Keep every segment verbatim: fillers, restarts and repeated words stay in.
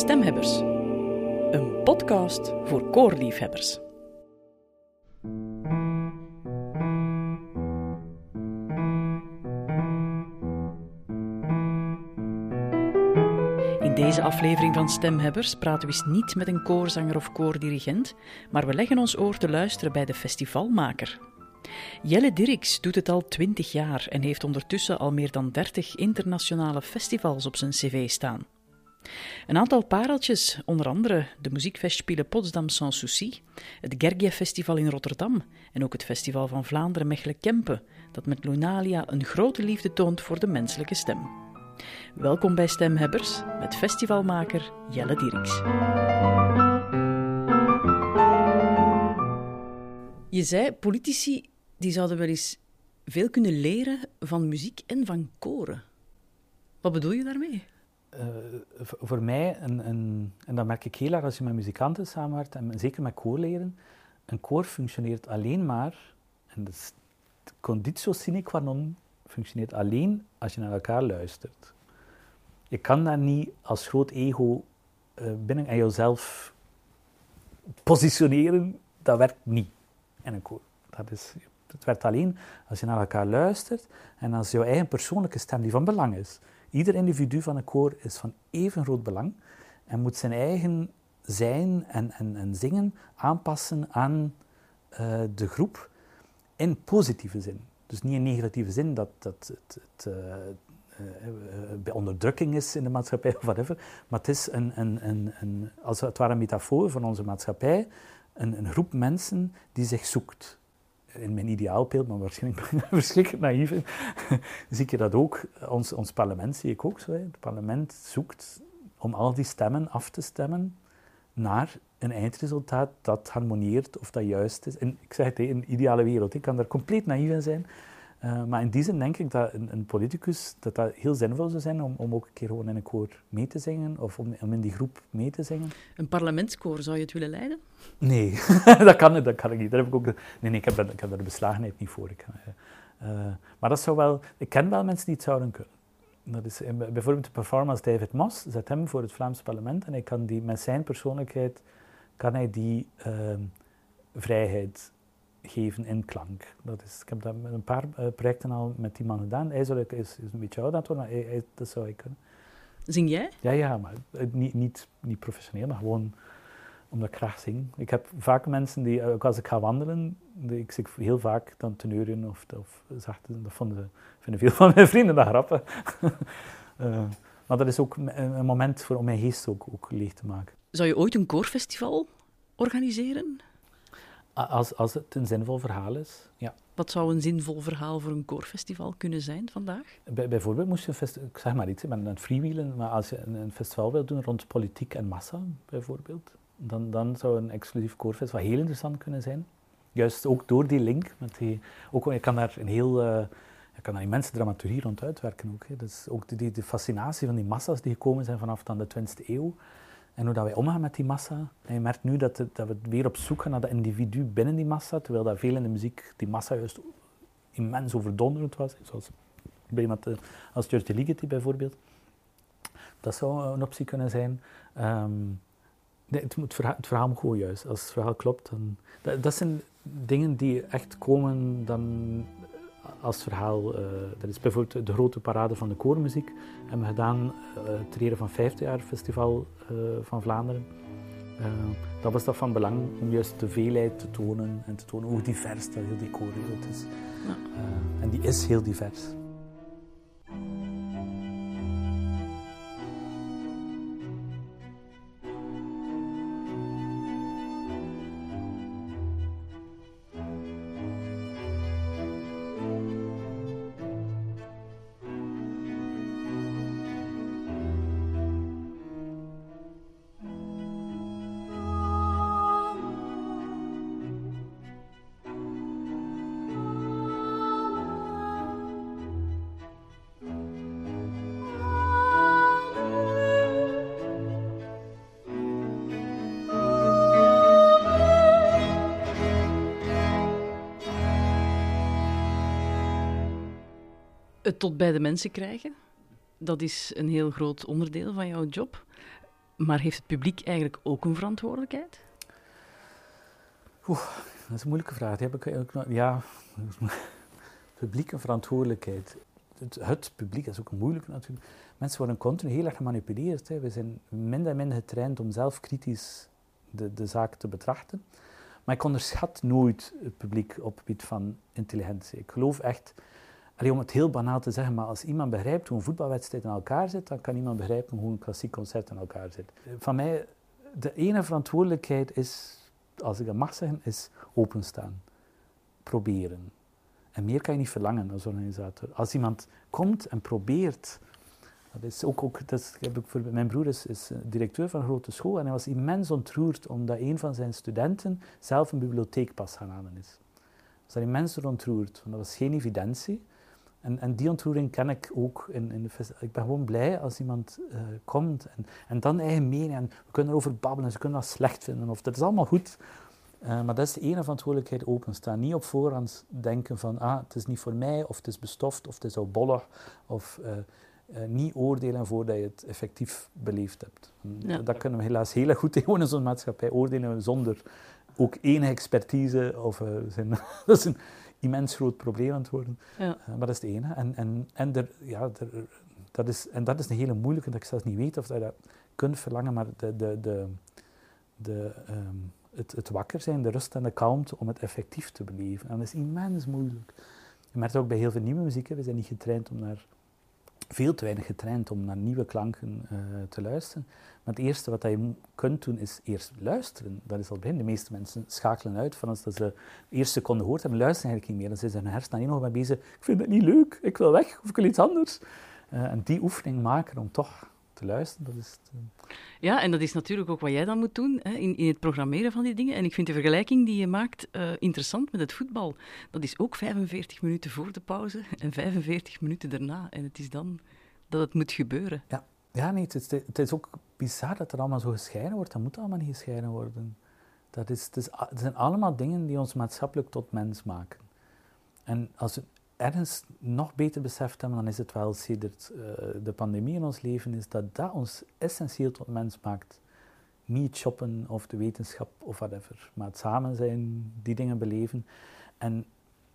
Stemhebbers, een podcast voor koorliefhebbers. In deze aflevering van Stemhebbers praten we eens niet met een koorzanger of koordirigent, maar we leggen ons oor te luisteren bij de festivalmaker. Jelle Dirks doet het al twintig jaar en heeft ondertussen al meer dan dertig internationale festivals op zijn cv staan. Een aantal pareltjes, onder andere de muziekfestspielen Potsdam Sans Souci, het Gergiev Festival in Rotterdam en ook het Festival van Vlaanderen Mechelen-Kempen, dat met Lunalia een grote liefde toont voor de menselijke stem. Welkom bij Stemhebbers met festivalmaker Jelle Dirks. Je zei, politici die zouden wel eens veel kunnen leren van muziek en van koren. Wat bedoel je daarmee? Uh, voor mij, een, een, en dat merk ik heel erg als je met muzikanten samenwerkt, en zeker met koorleden, een koor functioneert alleen maar, en dat is de conditio sine qua non, functioneert alleen als je naar elkaar luistert. Je kan daar niet als groot ego uh, binnen en jezelf positioneren, dat werkt niet in een koor. Dat is, het werkt alleen als je naar elkaar luistert en als jouw eigen persoonlijke stem, die van belang is. Ieder individu van een koor is van even groot belang en moet zijn eigen zijn en, en, en zingen aanpassen aan uh, de groep in positieve zin. Dus niet in negatieve zin dat, dat het, het uh, uh, uh, bij onderdrukking is in de maatschappij of whatever, maar het is een, een, een, een, als het ware een metafoor van onze maatschappij, een, een groep mensen die zich zoekt. In mijn ideaalbeeld, maar waarschijnlijk ben ik verschrikkelijk naïef in, zie je dat ook. Ons, ons parlement zie ik ook zo. Hè. Het parlement zoekt om al die stemmen af te stemmen naar een eindresultaat dat harmonieert of dat juist is. En ik zeg het, in een ideale wereld. Ik kan daar compleet naïef in zijn. Uh, maar in die zin denk ik dat een, een politicus, dat dat heel zinvol zou zijn om, om ook een keer gewoon in een koor mee te zingen of om, om in die groep mee te zingen. Een parlementskoor, zou je het willen leiden? Nee, dat, kan, dat kan ik niet. Daar heb ik ook de, nee, nee, ik heb, ik heb daar de beslagenheid niet voor. Ik, uh, maar dat zou wel, ik ken wel mensen die het zouden kunnen. Dat is bijvoorbeeld de performance David Moss, zet hem voor het Vlaams parlement en hij kan die, met zijn persoonlijkheid kan hij die uh, vrijheid geven in klank. Dat is, ik heb dat met een paar uh, projecten al met die man gedaan. Hij zou, is, is een beetje oud aan het worden, maar hij, hij, dat zou ik kunnen. Zing jij? Ja, ja, maar uh, niet, niet, niet professioneel, maar gewoon omdat ik graag zing. Ik heb vaak mensen die, uh, ook als ik ga wandelen, die, ik zit heel vaak dan teneuren of, of zachte, dat vonden, vinden veel van mijn vrienden dat grappen. uh, maar dat is ook een, een moment voor, om mijn geest ook, ook leeg te maken. Zou je ooit een koorfestival organiseren? Als, als het een zinvol verhaal is, ja. Wat zou een zinvol verhaal voor een koorfestival kunnen zijn vandaag? Bij, bijvoorbeeld moest je een festival, ik zeg maar iets, ik ben aan het freewheelen, maar als je een, een festival wil doen rond politiek en massa, bijvoorbeeld, dan, dan zou een exclusief koorfestival heel interessant kunnen zijn. Juist ook door die link, met die, ook, je kan daar een heel, uh, je kan daar immense dramaturgie rond uitwerken ook. Hè. Dus ook die, die, die fascinatie van die massa's die gekomen zijn vanaf dan de twintigste eeuw. En hoe dat wij omgaan met die massa. En je merkt nu dat, het, dat we weer op zoek gaan naar dat individu binnen die massa, terwijl dat veel in de muziek die massa juist immens overdonderend was. Zoals bij iemand als George Ligeti bijvoorbeeld. Dat zou een optie kunnen zijn. Um, nee, het, het, verhaal, het verhaal moet gewoon juist. Als het verhaal klopt, dan... Dat, dat zijn dingen die echt komen dan als verhaal. Uh, dat is bijvoorbeeld de grote parade van de koormuziek. Hebben we gedaan uh, ter ere van vijftig jaar Festival uh, van Vlaanderen. Uh, dat was dat van belang om juist de veelheid te tonen en te tonen hoe divers dat heel die koorwereld is. Ja. Uh, en die is heel divers. Het tot bij de mensen krijgen, dat is een heel groot onderdeel van jouw job. Maar heeft het publiek eigenlijk ook een verantwoordelijkheid? Oeh, dat is een moeilijke vraag. Die heb ik ook nog, ja, publiek een verantwoordelijkheid. Het, het publiek is ook moeilijk natuurlijk. Mensen worden continu heel erg gemanipuleerd. Hè. We zijn minder en minder getraind om zelf kritisch de, de zaak te betrachten. Maar ik onderschat nooit het publiek op het gebied van intelligentie. Ik geloof echt, allee, om het heel banaal te zeggen, maar als iemand begrijpt hoe een voetbalwedstrijd in elkaar zit, dan kan iemand begrijpen hoe een klassiek concert in elkaar zit. Van mij, de ene verantwoordelijkheid is, als ik dat mag zeggen, is openstaan. Proberen. En meer kan je niet verlangen als organisator. Als iemand komt en probeert. Dat is ook, ook dat is, heb ik voor, mijn broer is, is directeur van een grote school en hij was immens ontroerd omdat een van zijn studenten zelf een bibliotheekpas gaan halen is. Hij was immens ontroerd, want dat was geen evidentie. En, en die ontroering ken ik ook in, in de festival. Ik ben gewoon blij als iemand uh, komt en, en dan eigen mening. En we kunnen erover babbelen, ze kunnen dat slecht vinden of dat is allemaal goed. Uh, maar dat is de ene verantwoordelijkheid, openstaan. Niet op voorhand denken van, ah, het is niet voor mij, of het is bestoft, of het is oudbollig, of uh, uh, niet oordelen voordat je het effectief beleefd hebt. Ja. Dat kunnen we helaas heel goed in zo'n maatschappij. Oordelen we zonder ook enige expertise, of uh, zijn, dat is een immens groot probleem aan het worden. Ja. Uh, maar dat is het ene. En, en, en, er, ja, er, dat is, en dat is een hele moeilijke, dat ik zelfs niet weet of je dat kunt verlangen, maar de... de, de, de um, Het, het wakker zijn, de rust en de kalmte om het effectief te beleven. En dat is immens moeilijk. Je merkt ook bij heel veel nieuwe muziek, we zijn niet getraind om naar, veel te weinig getraind om naar nieuwe klanken uh, te luisteren. Maar het eerste wat je kunt doen is eerst luisteren. Dat is al het begin. De meeste mensen schakelen uit van als dat ze de eerste seconde gehoord hebben, luisteren eigenlijk niet meer. Dan zijn ze hun hersenen alleen nog maar bezig. Ik vind het niet leuk, ik wil weg of ik wil iets anders. Uh, en die oefening maken om toch te luisteren, dat is het, uh... Ja, en dat is natuurlijk ook wat jij dan moet doen, hè, in, in het programmeren van die dingen. En ik vind de vergelijking die je maakt uh, interessant met het voetbal. Dat is ook vijfenveertig minuten voor de pauze en vijfenveertig minuten daarna. En het is dan dat het moet gebeuren. Ja, ja nee, het is, het is ook bizar dat er allemaal zo gescheiden wordt. Dat moet allemaal niet gescheiden worden. Dat is, het, is, het zijn allemaal dingen die ons maatschappelijk tot mens maken. En als we ergens nog beter beseft hebben, dan is het wel sedert uh, de pandemie in ons leven, is dat dat ons essentieel tot mens maakt. Niet shoppen of de wetenschap of whatever, maar het samen zijn, die dingen beleven. En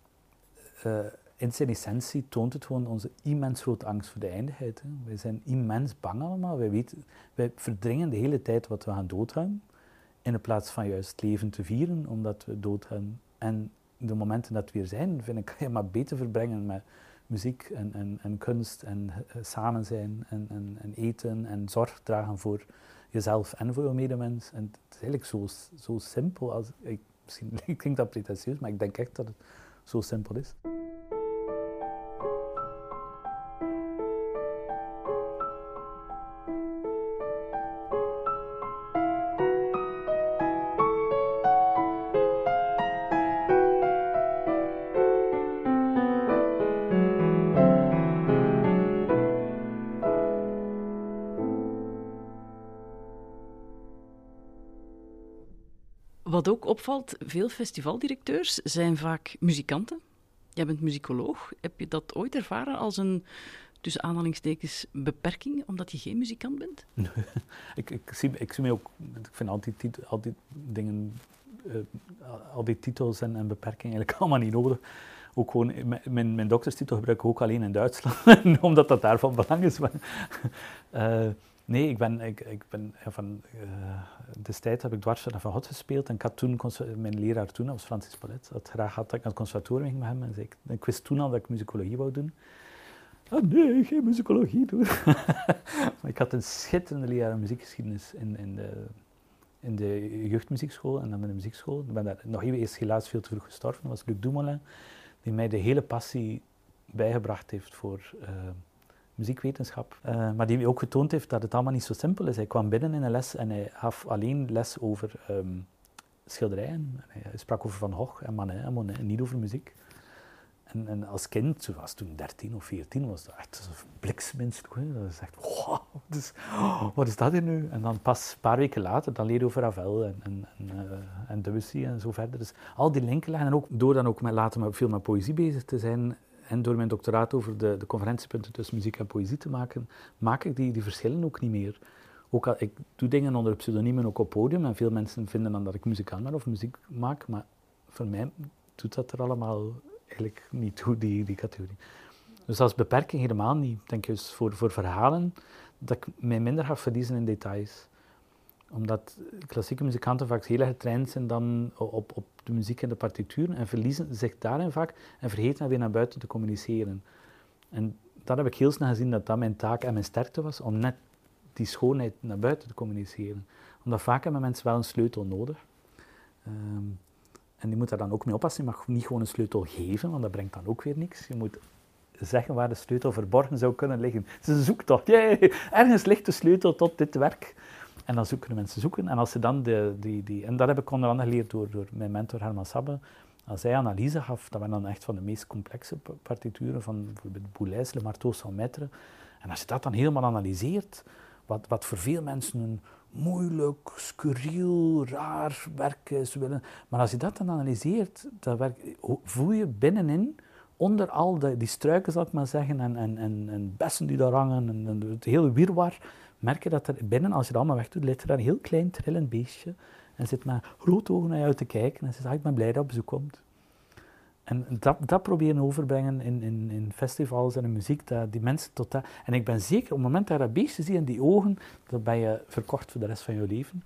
uh, in zijn essentie toont het gewoon onze immens grote angst voor de eindigheid. Hè. Wij zijn immens bang allemaal. Wij, weten, wij verdringen de hele tijd wat we gaan doodgaan, in de plaats van juist het leven te vieren, omdat we doodgaan. En de momenten dat we weer zijn, vind ik, kan je maar beter verbrengen met muziek en, en, en kunst en uh, samen zijn en, en, en eten en zorg dragen voor jezelf en voor je medemens. En het is eigenlijk zo, zo simpel. Als, ik, misschien klinkt dat pretentieus, maar ik denk echt dat het zo simpel is. Wat ook opvalt, veel festivaldirecteurs zijn vaak muzikanten. Jij bent muzikoloog. Heb je dat ooit ervaren als een, tussen aanhalingstekens, beperking, omdat je geen muzikant bent? Nee, ik, ik, zie, ik zie me ook, ik vind al die, tit, al die dingen, uh, al die titels en, en beperkingen eigenlijk allemaal niet nodig. Ook gewoon, mijn, mijn dokterstitel gebruik ik ook alleen in Duitsland, omdat dat daarvan belang is. Maar, uh, Nee, ik ben, ik, ik ben ja, van, uh, destijds heb ik dwarsfluit van God gespeeld en ik had toen, mijn leraar toen, dat was Francis Palet, had graag had dat ik naar het conservatorium ging met hem en zei ik, ik wist toen al dat ik muzikologie wou doen. Ah nee, geen muzikologie doen. Maar ik had een schitterende leraar muziekgeschiedenis in, in, de, in de jeugdmuziekschool en dan in de muziekschool. Ik ben daar nog even eerst helaas veel te vroeg gestorven, dat was Luc Dumoulin, die mij de hele passie bijgebracht heeft voor... Uh, muziekwetenschap, uh, maar die ook getoond heeft dat het allemaal niet zo simpel is. Hij kwam binnen in een les en hij gaf alleen les over um, schilderijen. Hij sprak over Van Gogh en Manet en Monet en niet over muziek. En, en als kind, zo was toen dertien of veertien, was dat echt een bliksemstuk. Dat is echt, wow, wat is, oh, wat is dat hier nu? En dan pas een paar weken later, dan leer je over Ravel en, en, en, uh, en Debussy en zo verder. Dus al die linken leggen. En ook door dan ook met, later maar veel met poëzie bezig te zijn, en door mijn doctoraat over de, de conferentiepunten tussen muziek en poëzie te maken, maak ik die, die verschillen ook niet meer. ook al, ik doe dingen onder pseudoniemen ook op podium en veel mensen vinden dan dat ik muzikant ben of muziek maak, maar voor mij doet dat er allemaal eigenlijk niet toe, die, die categorie. Dus als beperking helemaal niet. Ik denk juist voor, voor verhalen dat ik mij minder ga verliezen in details. Omdat klassieke muzikanten vaak heel erg getraind zijn dan op, op de muziek en de partituur en verliezen zich daarin vaak en vergeten weer naar buiten te communiceren. En dat heb ik heel snel gezien dat dat mijn taak en mijn sterkte was, om net die schoonheid naar buiten te communiceren. Omdat vaak hebben mensen wel een sleutel nodig. Um, en die moet daar dan ook mee oppassen. Je mag niet gewoon een sleutel geven, want dat brengt dan ook weer niks. Je moet zeggen waar de sleutel verborgen zou kunnen liggen. Het is een zoektocht. Yay! Ergens ligt de sleutel tot dit werk. En dan kunnen mensen zoeken. En als ze dan de, die, die... En dat heb ik onder andere geleerd door, door mijn mentor Herman Sabbe. Als hij analyse gaf, dat waren dan echt van de meest complexe partituren, van bijvoorbeeld Boulez, Le Marteau sans Maître. En als je dat dan helemaal analyseert, wat, wat voor veel mensen een moeilijk, scuriel, raar werk is. Maar als je dat dan analyseert, dat werk, voel je binnenin, onder al die, die struiken, zal ik maar zeggen, en, en, en, en bessen die daar hangen, en, en het hele wirwar, merk je dat er binnen, als je dat allemaal wegdoet, ligt er een heel klein trillend beestje en zit met grote ogen naar jou te kijken en zegt, ah, ik ben blij dat je op bezoek komt. En dat, dat proberen overbrengen in, in, in festivals en in muziek, dat die mensen tot dat... En ik ben zeker, op het moment dat je dat beestje ziet in die ogen, dan ben je verkocht voor de rest van je leven.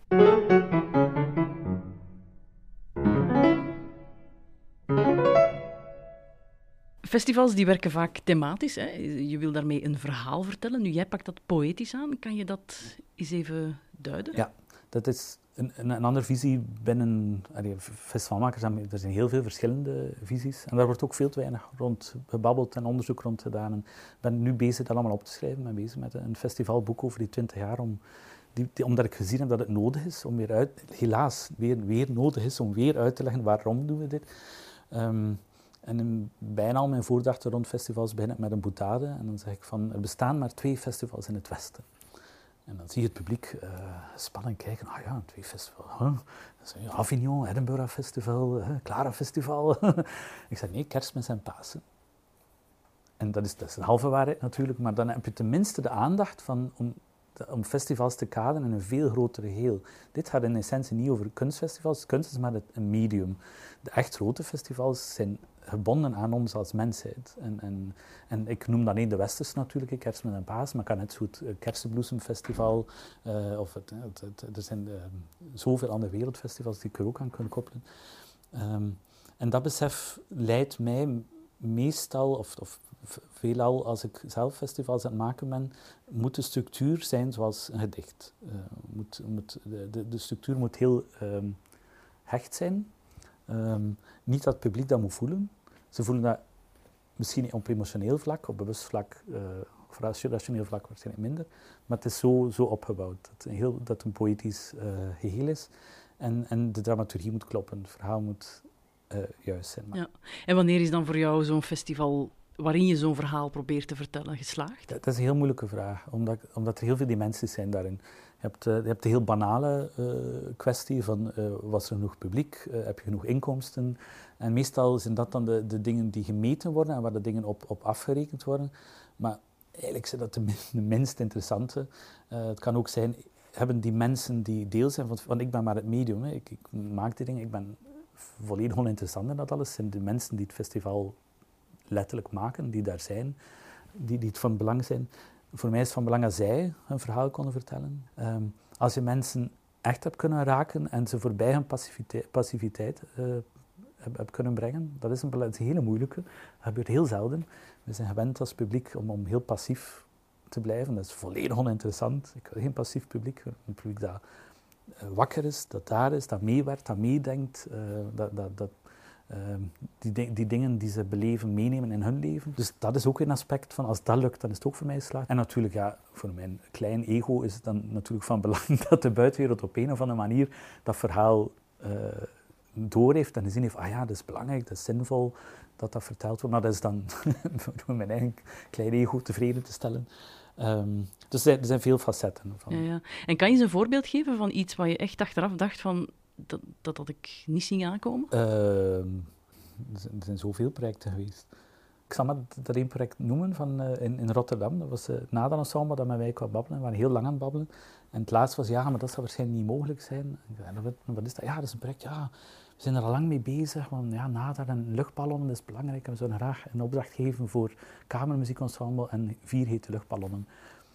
Festivals die werken vaak thematisch. Hè? Je wil daarmee een verhaal vertellen. Nu, jij pakt dat poëtisch aan. Kan je dat eens even duiden? Ja, dat is een, een, een andere visie binnen... Allee, festivalmakers, er zijn heel veel verschillende visies. En daar wordt ook veel te weinig rond gebabbeld en onderzoek rond gedaan. En ik ben nu bezig dat allemaal op te schrijven. Ik ben bezig met een festivalboek over die twintig jaar. Om, die, die, omdat ik gezien heb dat het nodig is om weer uit... Helaas, weer, weer nodig is om weer uit te leggen waarom doen we dit. Um, En in bijna al mijn voordrachten rond festivals begin ik met een boutade. En dan zeg ik van, er bestaan maar twee festivals in het Westen. En dan zie je het publiek uh, spannend kijken. Ah ja, twee festivals. Huh? Avignon, Edinburgh Festival, uh, Clara Festival. Ik zeg nee, Kerstmis en Pasen. En dat is, dat is een halve waarheid natuurlijk, maar dan heb je tenminste de aandacht van, om, om festivals te kaderen in een veel groter geheel. Dit gaat in essentie niet over kunstfestivals. Kunst is maar een medium. De echt grote festivals zijn gebonden aan ons als mensheid. En, en, en ik noem dan één de Westerse natuurlijk, Kerstmis en Paas, maar ik kan net zo goed uh, Kersenbloesemfestival, uh, of het, het, het, er zijn uh, zoveel andere wereldfestivals die ik er ook aan kan koppelen. Um, en dat besef leidt mij meestal, of, of veelal als ik zelf festivals aan het maken ben, moet de structuur zijn zoals een gedicht. Uh, moet, moet, de, de, de structuur moet heel um, hecht zijn. Um, niet dat het publiek dat moet voelen. Ze voelen dat misschien op emotioneel vlak, op bewust vlak, uh, of rationeel vlak waarschijnlijk minder. Maar het is zo, zo opgebouwd dat het een, heel, dat het een poëtisch uh, geheel is. En, en de dramaturgie moet kloppen, het verhaal moet uh, juist zijn. Maar... Ja. En wanneer is dan voor jou zo'n festival waarin je zo'n verhaal probeert te vertellen geslaagd? Dat, dat is een heel moeilijke vraag, omdat, omdat er heel veel dimensies zijn daarin. Je hebt, uh, je hebt de heel banale uh, kwestie van, uh, was er genoeg publiek, uh, heb je genoeg inkomsten? En meestal zijn dat dan de, de dingen die gemeten worden en waar de dingen op, op afgerekend worden. Maar eigenlijk zijn dat de, min, de minst interessante. Uh, het kan ook zijn, hebben die mensen die deel zijn, van, want ik ben maar het medium, hè. Ik, ik maak die dingen, ik ben volledig oninteressant in dat alles. Het zijn de mensen die het festival letterlijk maken, die daar zijn, die, die het van belang zijn. Voor mij is het van belang dat zij hun verhaal konden vertellen. Um, als je mensen echt hebt kunnen raken en ze voorbij hun passiviteit, passiviteit uh, heb, heb kunnen brengen, dat is een, dat is een hele moeilijke. Dat gebeurt heel zelden. We zijn gewend als publiek om, om heel passief te blijven. Dat is volledig oninteressant. Ik wil geen passief publiek. Een publiek dat uh, wakker is, dat daar is, dat meewerkt, dat meedenkt, uh, dat... dat, dat Uh, die, die dingen die ze beleven, meenemen in hun leven. Dus dat is ook een aspect van, als dat lukt, dan is het ook voor mij geslaagd. En natuurlijk, ja, voor mijn klein ego is het dan natuurlijk van belang dat de buitenwereld op een of andere manier dat verhaal uh, door heeft en gezien heeft, ah ja, dat is belangrijk, dat is zinvol, dat dat verteld wordt. Maar dat is dan door mijn eigen klein ego tevreden te stellen. Um, dus er zijn, er zijn veel facetten. Van. Ja, ja. En kan je eens een voorbeeld geven van iets wat je echt achteraf dacht van, Dat, dat had ik niet zien aankomen? Uh, er zijn zoveel projecten geweest. Ik zal maar dat één project noemen van, uh, in, in Rotterdam. Dat was uh, na dat ensemble dat met mij kwam babbelen. We waren heel lang aan het babbelen. En het laatste was, ja, maar dat zal waarschijnlijk niet mogelijk zijn. En wat, wat is dat? Ja, dat is een project, ja, we zijn er al lang mee bezig. Want ja, Nadar en luchtballonnen, dat is belangrijk. En we zouden graag een opdracht geven voor kamermuziekensemble en vier hete luchtballonnen.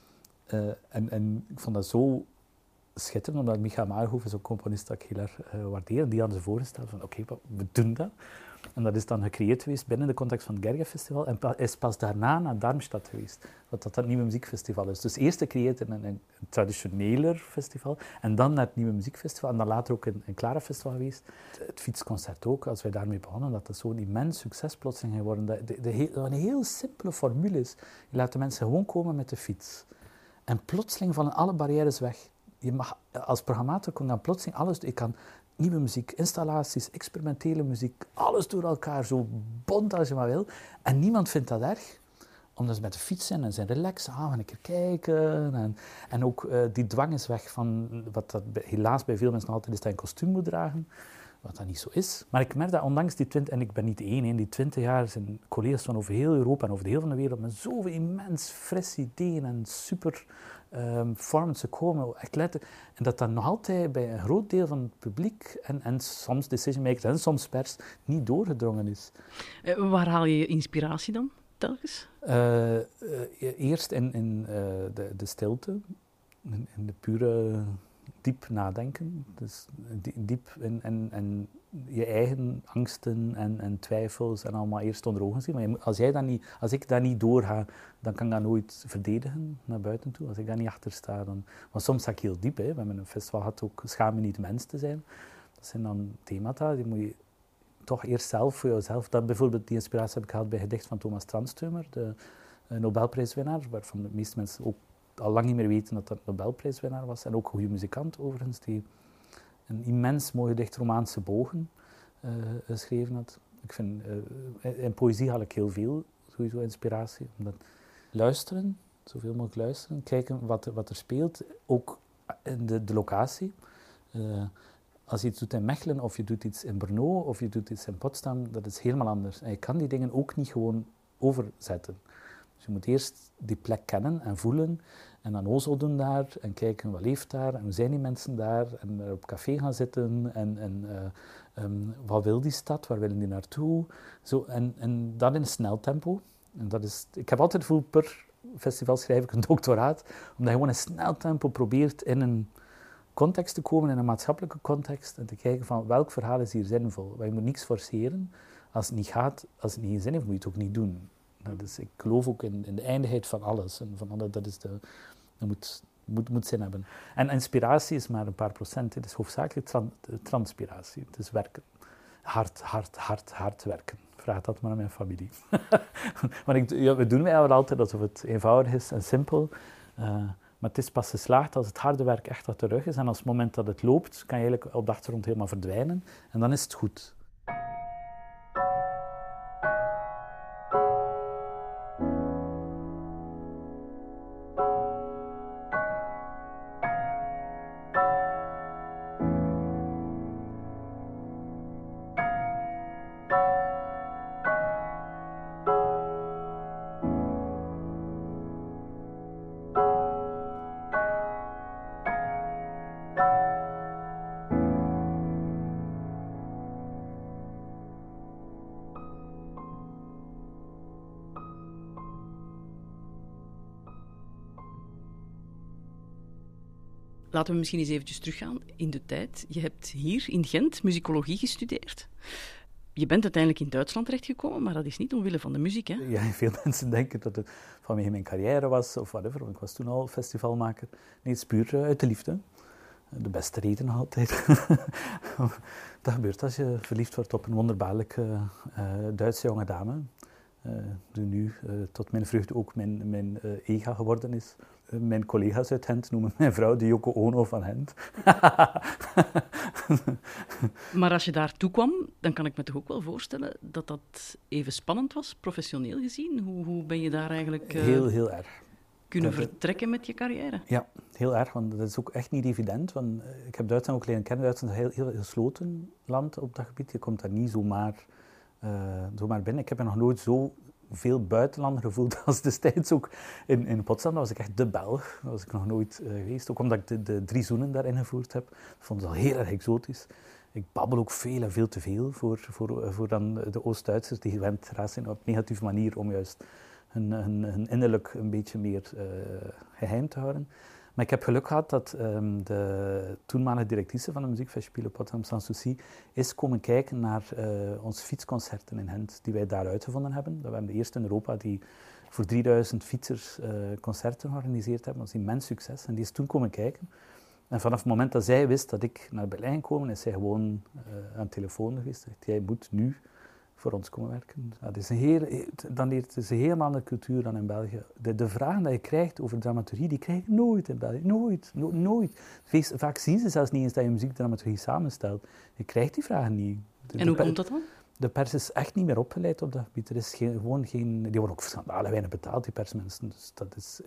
Uh, en, en ik vond dat zo schitterend, omdat Micha Maarhoef is ook een componist dat ik heel erg uh, waardeer. Die hadden ze voorgesteld van, oké, okay, we doen dat. En dat is dan gecreëerd geweest binnen de context van het Gergefestival en pa- is pas daarna naar Darmstadt geweest, wat dat het nieuwe muziekfestival is. Dus eerst gecreëerd in een, een traditioneler festival en dan naar het nieuwe muziekfestival en dan later ook een, een Clara Festival geweest. Het, het fietsconcert ook, als wij daarmee begonnen, dat dat zo'n immens succes plotseling geworden. Dat de, de, de, een heel simpele formule is. Je laat de mensen gewoon komen met de fiets. En plotseling vallen alle barrières weg. Je mag, als programmator kon dan plotseling alles... Je kan nieuwe muziek, installaties, experimentele muziek, alles door elkaar, zo bont als je maar wil. En niemand vindt dat erg, omdat ze met de fiets zijn en zijn relaxed, ah, we gaan een keer kijken. En, en ook uh, die dwang is weg van, wat dat helaas bij veel mensen nog altijd is, dat je een kostuum moet dragen. Wat dat niet zo is. Maar ik merk dat ondanks die twintig, en ik ben niet één, die twintig jaar zijn collega's van over heel Europa en over de hele van de wereld met zoveel immens frisse ideeën en super um, vormen ze komen. Echt letterlijk. En dat dat nog altijd bij een groot deel van het publiek en, en soms decision makers en soms pers niet doorgedrongen is. Uh, waar haal je je inspiratie dan telkens? Uh, uh, eerst in, in uh, de, de stilte, in, in de pure... diep nadenken, dus diep in, en, en je eigen angsten en, en twijfels en allemaal eerst onder ogen zien. Maar je, als, jij dat niet, als ik daar niet doorga, dan kan ik dat nooit verdedigen naar buiten toe. Als ik daar niet achter sta, dan... Want soms sta ik heel diep, hè. We hebben een festival gehad ook schaam je niet mens te zijn. Dat zijn dan themata, die moet je toch eerst zelf voor jezelf... Dat bijvoorbeeld die inspiratie heb ik gehad bij gedicht van Thomas Tranströmer, de Nobelprijswinnaar, waarvan de meeste mensen ook al lang niet meer weten dat dat een Nobelprijswinnaar was. En ook een goede muzikant overigens, die een immens mooi gedicht Romaanse bogen uh, geschreven had. Ik vind, uh, in poëzie haal ik heel veel sowieso inspiratie. Omdat luisteren, zoveel mogelijk luisteren, kijken wat, wat er speelt, ook in de, de locatie. Uh, als je iets doet in Mechelen, of je doet iets in Brno, of je doet iets in Potsdam, dat is helemaal anders. En je kan die dingen ook niet gewoon overzetten. Dus je moet eerst die plek kennen en voelen en dan ozel doen daar en kijken wat leeft daar en hoe zijn die mensen daar en op café gaan zitten en, en uh, um, wat wil die stad, waar willen die naartoe. Zo, en, en dat in snel tempo. En dat is, ik heb altijd het gevoel, per festival schrijf ik een doctoraat, omdat je gewoon in snel tempo probeert in een context te komen, in een maatschappelijke context en te kijken van welk verhaal is hier zinvol. Want je moet niks forceren. Als het niet gaat, als het niet zin heeft, moet je het ook niet doen. Nou, dus ik geloof ook in, in de eindigheid van alles. En van alle, dat is de, dat moet, moet, moet zin hebben. En inspiratie is maar een paar procent. Het is hoofdzakelijk tran, transpiratie. Het is werken. Hard, hard, hard, hard werken. Vraag dat maar aan mijn familie. Want ik, ja, we doen wij altijd alsof het eenvoudig is en simpel. Uh, maar het is pas geslaagd als het harde werk echt wat terug is. En als het moment dat het loopt, kan je eigenlijk op de achtergrond helemaal verdwijnen. En dan is het goed. Laten we misschien eens eventjes teruggaan in de tijd. Je hebt hier in Gent muzikologie gestudeerd. Je bent uiteindelijk in Duitsland terechtgekomen, maar dat is niet omwille van de muziek, hè? Ja, veel mensen denken dat het vanwege mijn carrière was of whatever, want ik was toen al festivalmaker. Nee, het is puur uit de liefde. De beste reden altijd. Dat gebeurt als je verliefd wordt op een wonderbaarlijke uh, Duitse jonge dame. Uh, die nu uh, tot mijn vreugde ook mijn, mijn uh, ega geworden is. Uh, mijn collega's uit Gent noemen mijn vrouw de Yoko Ono van Gent. Maar als je daartoe kwam, dan kan ik me toch ook wel voorstellen dat dat even spannend was, professioneel gezien. Hoe, hoe ben je daar eigenlijk uh, heel, heel erg. kunnen dat vertrekken met je carrière? Ja, heel erg, want dat is ook echt niet evident. Want uh, ik heb Duitsland ook leren kennen. Duitsland is een heel, heel gesloten land op dat gebied. Je komt daar niet zomaar, uh, zomaar binnen. Ik heb me nog nooit zo veel buitenlander gevoeld als destijds ook in, in Potsdam. Dat was ik echt de Belg. Dat was ik nog nooit uh, geweest. Ook omdat ik de, de drie zoenen daar ingevoerd heb. Dat vond ik al heel erg exotisch. Ik babbel ook veel en veel te veel voor, voor, voor dan de Oost-Duitsers die gewend zijn op negatieve manier om juist hun, hun, hun innerlijk een beetje meer uh, geheim te houden. Maar ik heb geluk gehad dat um, de toenmalige directrice van de muziekfestival Potsdam Sans Souci is komen kijken naar uh, onze fietsconcerten in Gent die wij daar uitgevonden hebben. Dat waren de eerste in Europa die voor drieduizend fietsers uh, concerten georganiseerd hebben. Dat was een immens succes en die is toen komen kijken. En vanaf het moment dat zij wist dat ik naar Berlijn gekomen, is zij gewoon uh, aan de telefoon geweest. Zegt, jij moet nu voor ons komen werken. Ja, het is een heel, dan leert het een helemaal andere cultuur dan in België. De, de vragen die je krijgt over dramaturgie, die krijg je nooit in België. Nooit, no, nooit. Vees, vaak zien ze zelfs niet eens dat je muziekdramaturgie samenstelt. Je krijgt die vragen niet. De, en hoe komt dat dan? De pers is echt niet meer opgeleid op dat gebied. Er is geen, gewoon geen... Die worden ook schandalig weinig betaald, die persmensen. Dus dat is...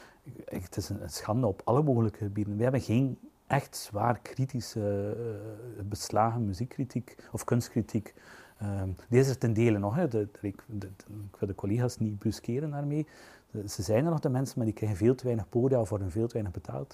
Het is een schande op alle mogelijke gebieden. We hebben geen echt zwaar kritische, uh, beslagen muziekkritiek of kunstkritiek. Uh, die is er ten dele nog. Hè. De, de, ik, de, de, ik wil de collega's niet buskeren daarmee. De, ze zijn er nog, de mensen, maar die krijgen veel te weinig podia of worden veel te weinig betaald.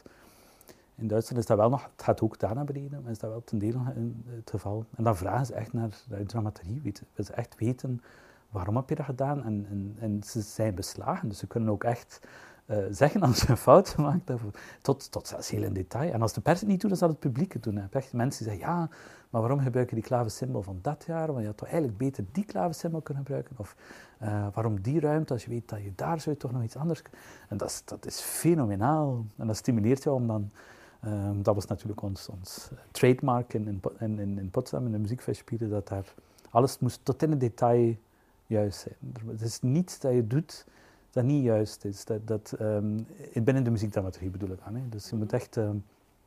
In Duitsland is dat wel nog, het gaat ook daar naar beneden, maar is dat wel ten dele nog het geval. En dan vragen ze echt naar, naar dramaturgie. Weten. Willen ze echt weten, waarom heb je dat gedaan? En, en, en ze zijn beslagen, dus ze kunnen ook echt... Uh, zeggen als je een fout gemaakt hebt, tot, tot zelfs heel in detail. En als de pers het niet doet, dan zal het publiek het doen. Je hebt echt mensen die zeggen, ja, maar waarom gebruik je die klavecimbal van dat jaar? Want je had toch eigenlijk beter die klavecimbal kunnen gebruiken? Of uh, waarom die ruimte, als je weet dat je daar zou je toch nog iets anders... En dat is, dat is fenomenaal. En dat stimuleert jou om dan... Um, dat was natuurlijk ons, ons trademark in, in, in, in Potsdam, in de muziekfestival, dat daar alles moest tot in het detail juist zijn. Het is niets dat je doet... dat niet juist is. Dat, dat, um, binnen de muziekdramaturgie bedoel ik aan. Hè. Dus je moet echt uh,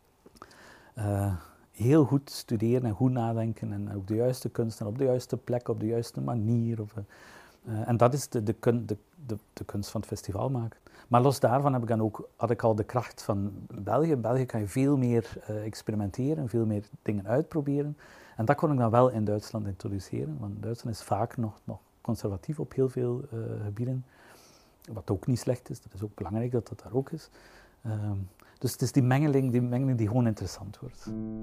uh, heel goed studeren en goed nadenken en ook de juiste kunst en op de juiste plek, op de juiste manier. Of, uh, en dat is de, de, kun, de, de, de kunst van het festival maken. Maar los daarvan heb ik dan ook, had ik al de kracht van België. In België kan je veel meer uh, experimenteren, veel meer dingen uitproberen. En dat kon ik dan wel in Duitsland introduceren, want Duitsland is vaak nog, nog conservatief op heel veel uh, gebieden. Wat ook niet slecht is, dat is ook belangrijk dat dat daar ook is. Um, dus het is die mengeling, die mengeling die gewoon interessant wordt.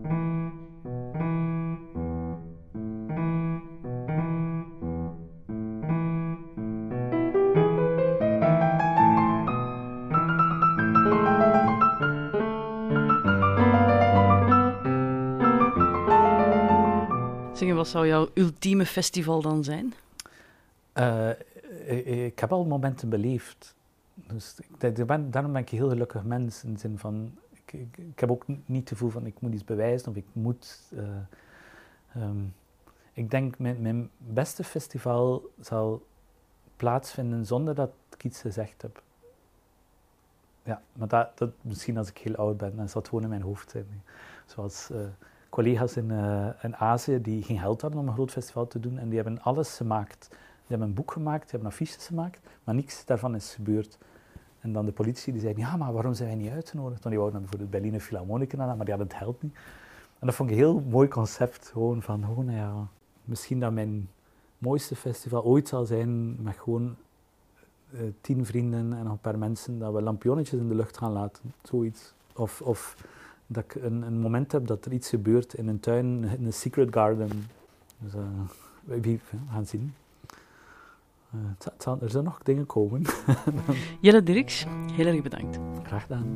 Zeg, wat zou jouw ultieme festival dan zijn? Uh, Ik heb al momenten beleefd. Dus ik ben, daarom ben ik een heel gelukkig mens. In de zin van, ik, ik, ik heb ook niet het gevoel van ik moet iets bewijzen of ik moet... Uh, um, ik denk mijn, mijn beste festival zal plaatsvinden zonder dat ik iets gezegd heb. Ja, maar dat, dat misschien als ik heel oud ben, dan zal het gewoon in mijn hoofd zijn. Zoals uh, collega's in, uh, in Azië die geen geld hadden om een groot festival te doen en die hebben alles gemaakt. Die hebben een boek gemaakt, die hebben affiches gemaakt, maar niks daarvan is gebeurd. En dan de politie die zei, ja, maar waarom zijn wij niet uitgenodigd? Want die wouden dan bijvoorbeeld de Berliner Philharmoniker aan, maar die hadden het geld niet. En dat vond ik een heel mooi concept, gewoon van, oh, nou ja, misschien dat mijn mooiste festival ooit zal zijn met gewoon uh, tien vrienden en nog een paar mensen, dat we lampionnetjes in de lucht gaan laten, zoiets. Of, of dat ik een, een moment heb dat er iets gebeurt in een tuin, in een secret garden. Dus uh, we gaan zien. Uh, het zal, er zullen nog dingen komen. Jelle Dirks, heel erg bedankt. Graag gedaan.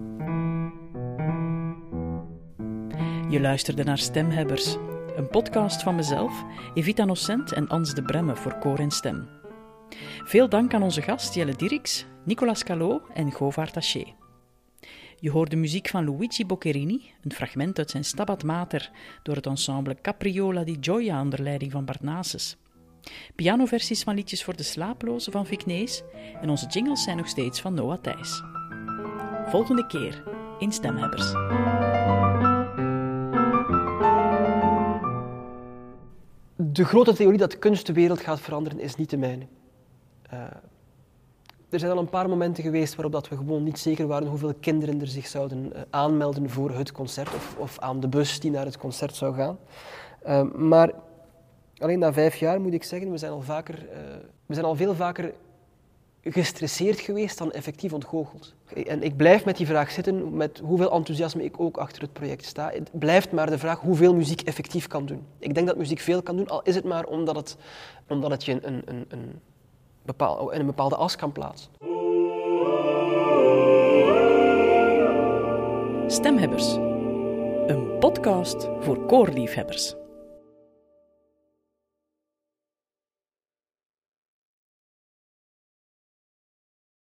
Je luisterde naar Stemhebbers, een podcast van mezelf, Evita Nocent en Ans de Bremme voor Koor en Stem. Veel dank aan onze gast Jelle Dirks, Nicolas Calot en Govaert Taché. Je hoorde muziek van Luigi Boccherini, een fragment uit zijn Stabat Mater, door het ensemble Capriola di Gioia onder leiding van Bart Nases. Pianoversies van liedjes voor de slaaplozen van Vic Nees en onze jingles zijn nog steeds van Noah Thijs. Volgende keer in Stemhebbers. De grote theorie dat kunst de wereld gaat veranderen is niet de mijne. Uh, er zijn al een paar momenten geweest waarop dat we gewoon niet zeker waren hoeveel kinderen er zich zouden uh, aanmelden voor het concert of, of aan de bus die naar het concert zou gaan. Uh, maar alleen na vijf jaar moet ik zeggen, we zijn al, vaker, uh, we zijn al veel vaker gestresseerd geweest dan effectief ontgoocheld. En ik blijf met die vraag zitten, met hoeveel enthousiasme ik ook achter het project sta. Het blijft maar de vraag hoeveel muziek effectief kan doen. Ik denk dat muziek veel kan doen, al is het maar omdat het, omdat het je een, een, een bepaal, in een bepaalde as kan plaatsen. Stemhebbers. Een podcast voor koorliefhebbers.